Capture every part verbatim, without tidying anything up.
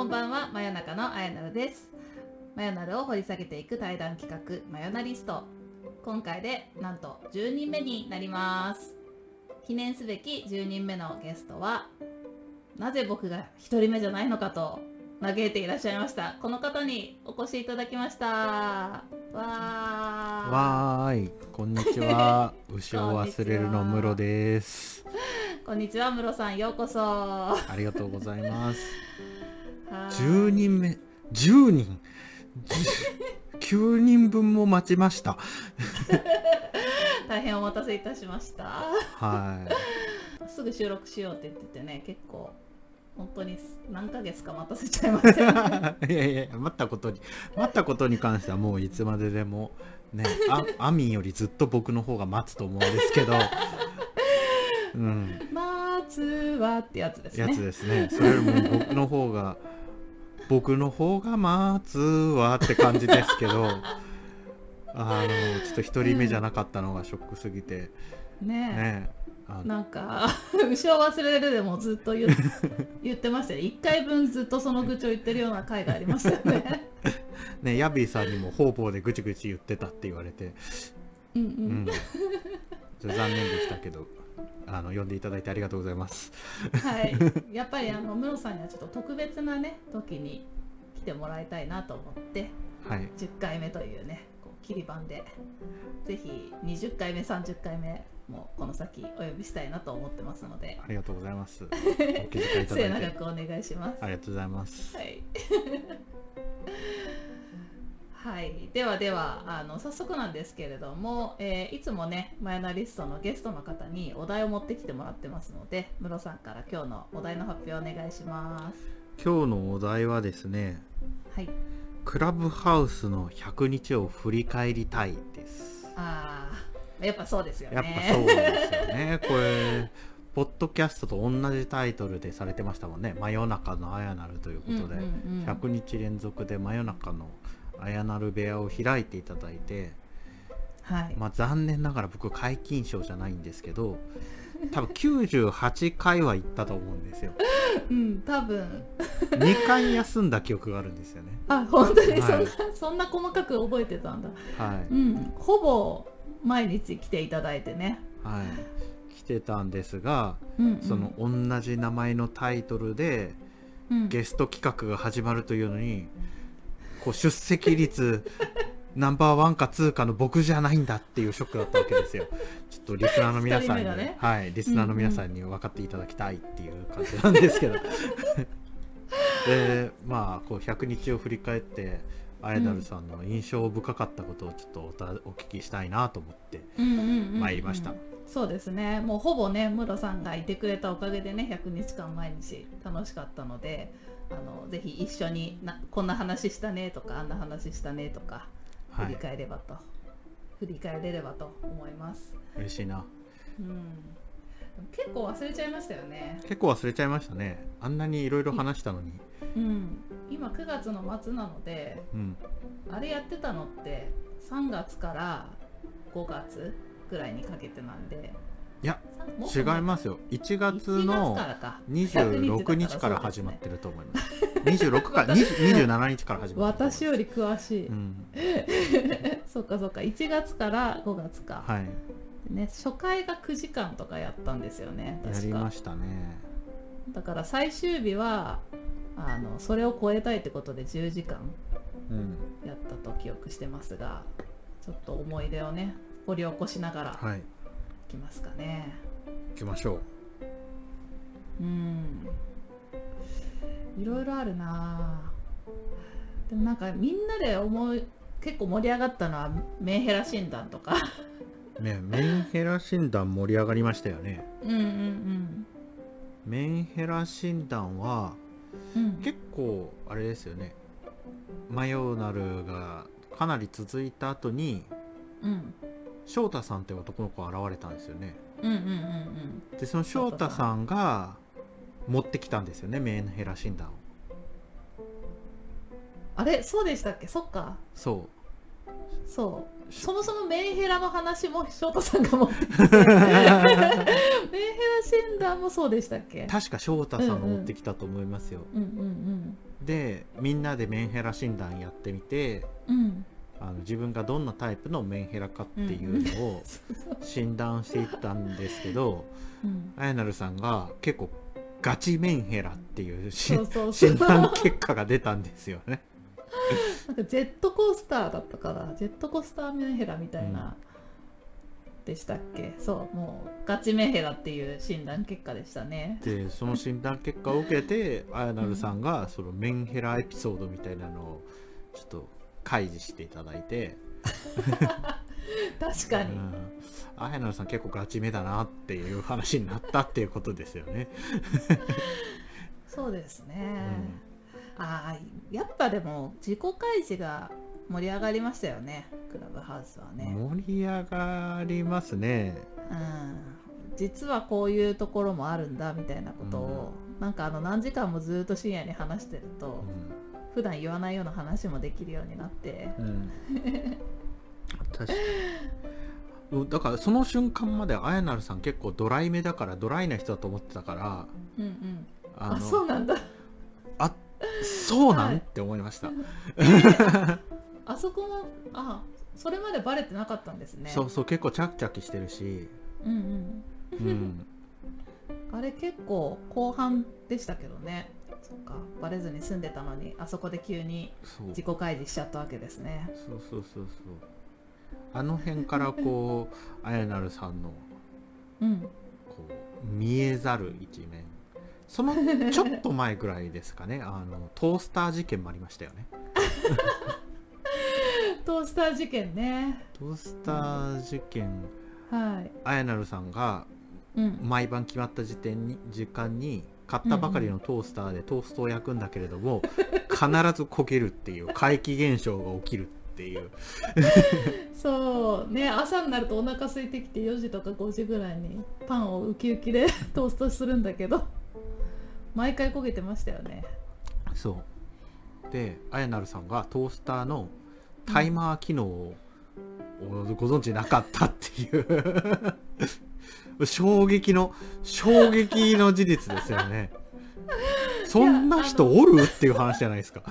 こんばんは、真夜中のあやなるです。真夜中を掘り下げていく対談企画、真夜なリスト。今回でなんとじゅうにんめになります。記念すべきじゅうにんめのゲストは、なぜ僕がひとりめじゃないのかと嘆いていらっしゃいました。この方にお越しいただきました。わー。 わーい、こんにちは。牛を忘れるのムロです。 こんにちは、ムロさん、ようこそ。 ありがとうございます。じゅうにんめ、じゅうにん、きゅうにんぶんも待ちました。 大変お待たせいたしました。 はい。 すぐ収録しようって言っててね、結構本当に何ヶ月か待たせちゃいましたよね。 いやいや、待ったことに待ったことに関してはもういつまででもね、あアミンよりずっと僕の方が待つと思うんですけど。うん、 待つはってやつですね。 やつですね。それよりも僕の方が僕の方が待つわって感じですけど、あのちょっと一人目じゃなかったのがショックすぎて、 うん、ねえ、 ねえなんか牛を忘れるでもずっと言, 言ってましたよ。いっかいぶんずっとその愚痴を言ってるような回がありましたよね。 ね、ヤビーさんにも方々でぐちぐち言ってたって言われて、 うんうん、うん、 残念でしたけど、あの呼んでいただいてありがとうございます。 はい、やっぱりあのムロさんにはちょっと特別なね時に来てもらいたいなと思って、 はい、 じゅっかいめというねこう切り板でぜひにじゅっかいめさんじゅっかいめもこの先お呼びしたいなと思ってますので、 ありがとうございます。お気遣いいただいて末永くお願いします。 ありがとうございます。 はいはい、ではではあの早速なんですけれども、えー、いつもねマヤナリストのゲストの方にお題を持ってきてもらってますので、ムロさんから今日のお題の発表お願いします。 今日のお題はですね、 はい、 クラブハウスのひゃくにちを振り返りたいです。 あー、やっぱそうですよね。 やっぱそうですよね。これポッドキャストと同じタイトルでされてましたもんね。真夜中のあやなるということで、うんうんうん、ひゃくにち連続で真夜中のあやなる部屋を開いていただいて、 はい、 まあ残念ながら僕皆勤賞じゃないんですけど、多分きゅうじゅうはちかいは行ったと思うんですよ。 うん、多分にかい休んだ記憶があるんですよね。 あ、本当にそんな、はい、そんな細かく覚えてたんだ。 はい、 うん、ほぼ毎日来ていただいてね。 はい、来てたんですが、 うんうん、 その同じ名前のタイトルで、うん、ゲスト企画が始まるというのに、こう出席率ナンバーワンかツーかの僕じゃないんだっていうショックだったわけですよ。ちょっとリスナーの皆さんに、ね、はい、リスナーの皆さんに分かっていただきたいっていう感じなんですけど、でまあこうひゃくにちを振り返ってあやなるさんの印象深かったことをちょっと お, たお聞きしたいなと思って参りました。 そうですね、もうほぼねムロさんがいてくれたおかげでねひゃくにちかん毎日楽しかったので、あのぜひ一緒になこんな話したねとかあんな話したねとか振り返ればと、はい、振り返れればと思います。 嬉しいな。 うん、結構忘れちゃいましたよね。 結構忘れちゃいましたね。あんなにいろいろ話したのに、 うん、今くがつの末なので、うん、あれやってたのってさんがつからごがつぐらいにかけてなんで、 いや違いますよ。いちがつのにじゅうろくにちから始まってると思います。にじゅうろくかにじゅう、にじゅうしちにちから始まってる。 私より詳しい、うん、そっかそっか、いちがつからごがつか、 はいね、初回がくじかんとかやったんですよね。確かやりましたね。 だから最終日はあのそれを超えたいってことでじゅうじかんやったと記憶してますが、ちょっと思い出をね掘り起こしながら、はい、いきますかね。 行きましょう。うん、いろいろあるな。でもなんかみんなで思い結構盛り上がったのはメンヘラ診断とかね、メンヘラ診断盛り上がりましたよね。 うんうんうん。 メンヘラ診断は、うん、結構あれですよね。マヨナルがかなり続いた後に、うん、翔太さんって男の子現れたんですよね。 うんうんうんうん。 でその翔太さんが持ってきたんですよね、メンヘラ診断を。 あれそうでしたっけ。そっか。 そうそうそもそもメンヘラの話も翔太さんが持ってきてメンヘラ診断さんもそうでしたっけ？ 確か翔太さんが持ってきたと思いますよ。 うんうん、 でみんなでメンヘラ診断やってみて、 うん、 あの自分がどんなタイプのメンヘラかっていうのを診断していったんですけど、 うん、 あやなるさんが結構ガチメンヘラっていう診断結果が出たんですよね。 なんかジェットコースターだったから、ジェットコースターメンヘラみたいな、うん、でしたっけ？そうもうガチメンヘラっていう診断結果でしたね。 でその診断結果を受けてあやなるさんがそのメンヘラエピソードみたいなのをちょっと開示していただいて確かに、 うん、あやなるさん結構ガチめだなっていう話になったっていうことですよね。 そうですね、 うん、 あやっぱでも自己開示が盛り上がりましたよね、クラブハウスはね。 盛り上がりますね、 うん、実はこういうところもあるんだみたいなことを、うん、なんかあの何時間もずっと深夜に話してると、うん、普段言わないような話もできるようになって、うん、 確かにだからその瞬間まであやなるさん結構ドライめだからドライな人だと思ってたから、 うんうん、 あのあそうなんだあそうなん、はい、って思いました、 えー、あそこもあそれまでバレてなかったんですね。 そうそう結構チャキチャキしてるし、 うんうん、うん、あれ結構後半でしたけどね。そっかバレずに住んでたのにあそこで急に自己開示しちゃったわけですね。 そうそうそうそうあの辺からこうあやなるさんの、うん、こう見えざる一面、そのちょっと前ぐらいですかねあのトースター事件もありましたよね。 トースター事件ね。 トースター事件、 はい、 あやなるさんが毎晩決まった時点に時間に買ったばかりのトースターでトーストを焼くんだけれども、うんうん、必ず焦げるっていう怪奇現象が起きるっていうそうね、朝になるとお腹空いてきてよじとかごじぐらいにパンをウキウキでトーストするんだけど毎回焦げてましたよね。 そうであやなるさんがトースターのタイマー機能をご存知なかったっていう衝撃の衝撃の事実ですよね。そんな人おるっていう話じゃないですか。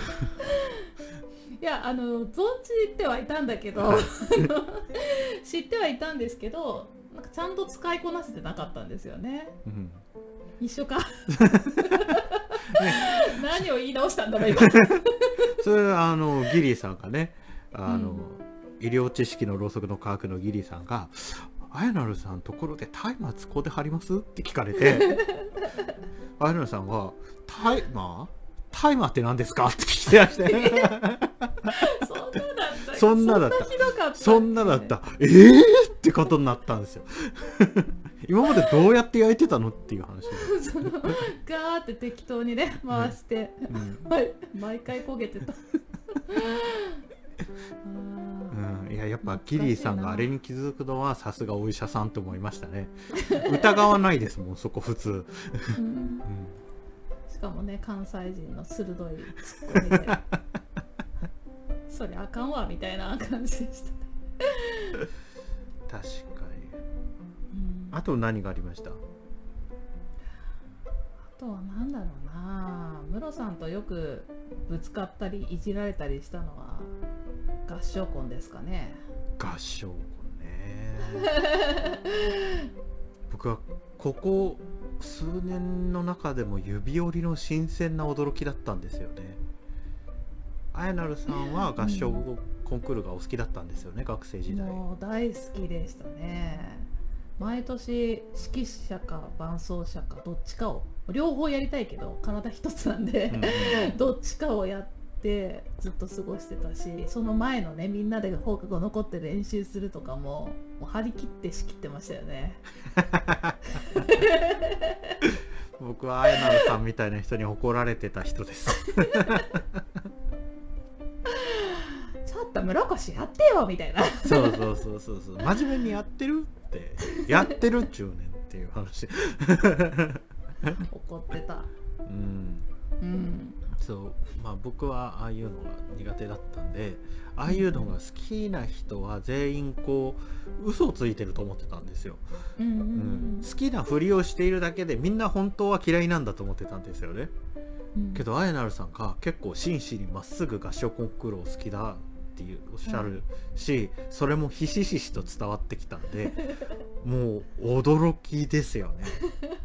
いやあの存じてはいたんだけど知ってはいたんですけどなんかちゃんと使いこなせてなかったんですよね、うん、一緒か、ね、何を言い直したんだろう今それはあのギリーさんがねあの、うん、医療知識のろうそくの科学のギリーさんがあやなるさんところでタイマー使うてはりますって聞かれてあやなるさんがタイマータイマーって何ですかって聞いてましたね。そんなだった。そんなだった。えーってことになったんですよ。今までどうやって焼いてたのっていう話。 ガーって適当にね回して、うん、毎回焦げてた。 うん、いややっぱギリーさんがあれに気づくのはさすがお医者さんと思いましたね。疑わないですもんそこ普通。うんうんしかもね関西人の鋭いツッコミでそれあかんわみたいな感じでしたね。 確かに、うん、あと何がありました？あとは何だろうな、ムロさんとよくぶつかったりいじられたりしたのは合唱コンですかね。 合唱コンね僕はここ数年の中でも指折りの新鮮な驚きだったんですよね。あやなるさんは合唱コンクールがお好きだったんですよね、うん、学生時代。 もう大好きでしたね。毎年指揮者か伴奏者かどっちかを両方やりたいけど体一つなんで、うん、どっちかをやってずっと過ごしてたし、その前のねみんなで放課後残って練習するとかももう張り切って仕切ってましたよね。 僕はあやなるさんみたいな人に怒られてた人です。ちょっと室越やってよみたいな。 そうそうそうそうそう真面目にやってるってやってるっちゅうねんっていう話。 怒ってた。 うん、うん、そうまあ僕はああいうのが苦手だったんで、ああいうのが好きな人は全員こう嘘をついてると思ってたんですよ。うんうんうん、 好きなふりをしているだけでみんな本当は嫌いなんだと思ってたんですよね、うん、けどあやなるさんが結構真摯にまっすぐ合唱コンクールを好きだっていうおっしゃるし、うん、それもひしひしと伝わってきたんでもう驚きですよね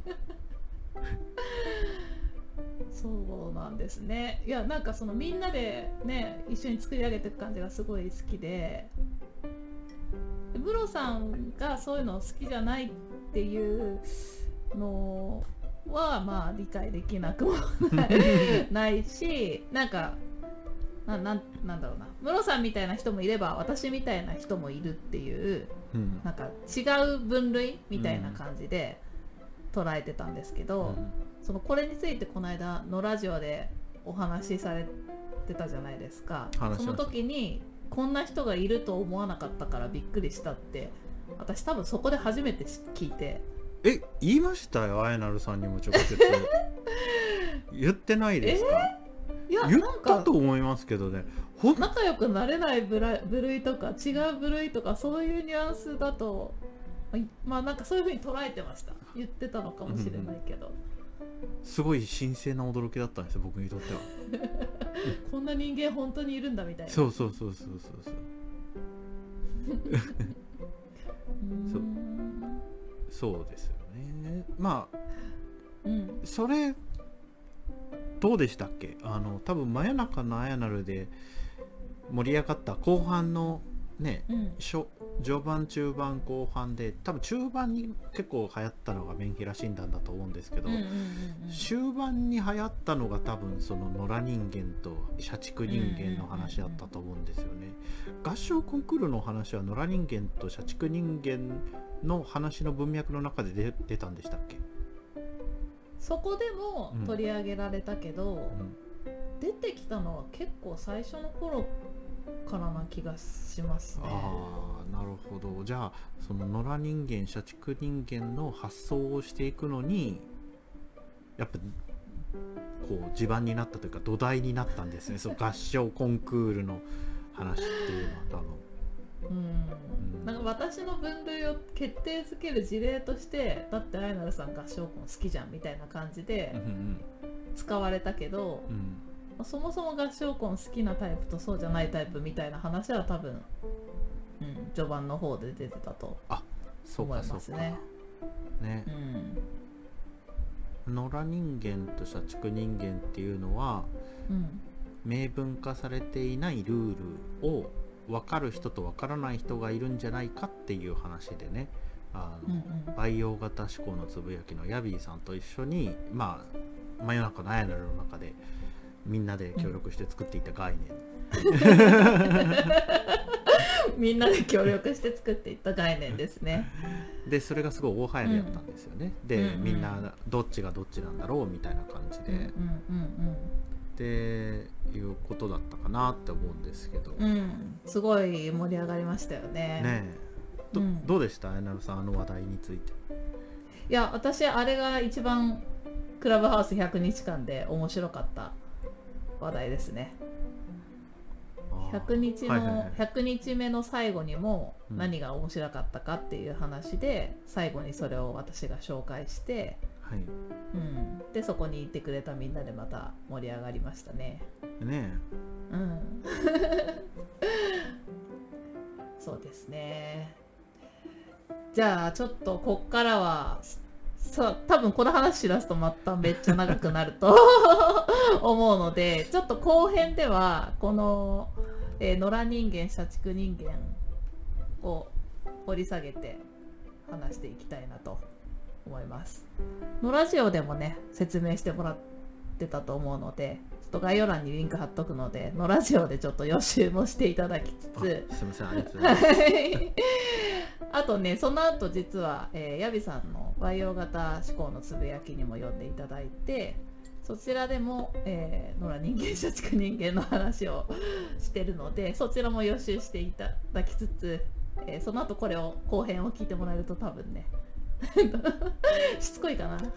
そうなんですね。いやなんかそのみんなでね一緒に作り上げていく感じがすごい好きで、ムロさんがそういうの好きじゃないっていうのはまあ理解できなくもないし、なんかな, な, なんだろうな、ムロさんみたいな人もいれば私みたいな人もいるっていう、うん、なんか違う分類みたいな感じで捉えてたんですけど、うん、そのこれについてこの間のラジオでお話しされてたじゃないですか。その時にこんな人がいると思わなかったからびっくりしたって私多分そこで初めて聞いて、 え言いましたよ、あやなるさんにも直接言ってないですか？いや言ったと思いますけどね。 仲良くなれない部類とか違う部類とかそういうニュアンスだとまあなんかそういう風に捉えてました。言ってたのかもしれないけど、うん、 すごい神聖な驚きだったんですよ僕にとってはこんな人間本当にいるんだみたいな。 そうそうそうそうそうそうそうそうですよね。まあ、うん、それどうでしたっけ？あの多分真夜中のあやなるで盛り上がった後半のね、うん、序盤中盤後半で多分中盤に結構流行ったのがメンヘラ診断だと思うんですけど、うんうんうんうん、終盤に流行ったのが多分その野良人間と社畜人間の話だったと思うんですよね、うんうんうんうん、合唱コンクールの話は野良人間と社畜人間の話の文脈の中で 出, 出たんでしたっけ？ そこでも取り上げられたけど、うんうん、出てきたのは結構最初の頃からな気がしますね。 ああ、なるほど。じゃあその野良人間社畜人間の発想をしていくのにやっぱこう地盤になったというか土台になったんですねその合唱コンクールの話っていうのは多分うん、なんか私の分類を決定づける事例としてだってあやなるさん合唱コン好きじゃんみたいな感じで使われたけど、うんうん、そもそも合唱コン好きなタイプとそうじゃないタイプみたいな話は多分、うん、序盤の方で出てたと思いますね。 ね、うん、野良人間と社畜人間っていうのは、うん、明文化されていないルールを分かる人と分からない人がいるんじゃないかっていう話でね、あの、うんうん、培養型思考のつぶやきのヤビーさんと一緒に、まあ、真夜中のあやなるの中でみんなで協力して作っていた概念、 うん、みんなで協力して作っていった概念ですね。 でそれがすごい大流行りだったんですよね、うん、で、うんうん、みんなどっちがどっちなんだろうみたいな感じで、うんうんうんうんっていうことだったかなって思うんですけど、 うん、すごい盛り上がりましたよね。 ねえ ど,、うん、どうでしたあやなるさんあの話題について？ いや私あれが一番クラブハウスひゃくにちかんで面白かった話題ですね。ひゃくにちの、はいはいはい、ひゃくにちめの最後にも何が面白かったかっていう話で、うん、最後にそれを私が紹介して、はいうん、でそこにいてくれたみんなでまた盛り上がりましたね。 ねえ、うん、 そうですね。じゃあちょっとこっからはさ多分この話しだすとまためっちゃ長くなると思うのでちょっと後編ではこの、えー、野良人間社畜人間を掘り下げて話していきたいなと思います。のラジオでもね説明してもらってたと思うのでちょっと概要欄にリンク貼っとくのでのラジオでちょっと予習もしていただきつつ、 すみませんありがとうございますあとねその後実は、えー、ヤビさんの培養型思考のつぶやきにも読んでいただいてそちらでも、えー、野良人間社畜人間の話をしてるのでそちらも予習していただきつつ、えー、その後これを後編を聞いてもらえると多分ねしつこいかな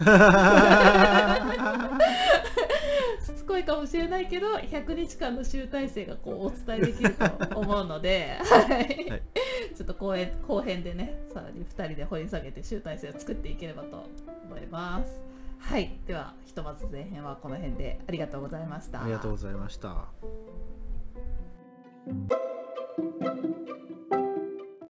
しつこいかもしれないけどひゃくにちかんの集大成がこうお伝えできると思うので、はいはい、 ちょっと後編後編でねさらにふたりで掘り下げて集大成を作っていければと思います。はい、ではひとまず前編はこの辺でありがとうございました。 ありがとうございました。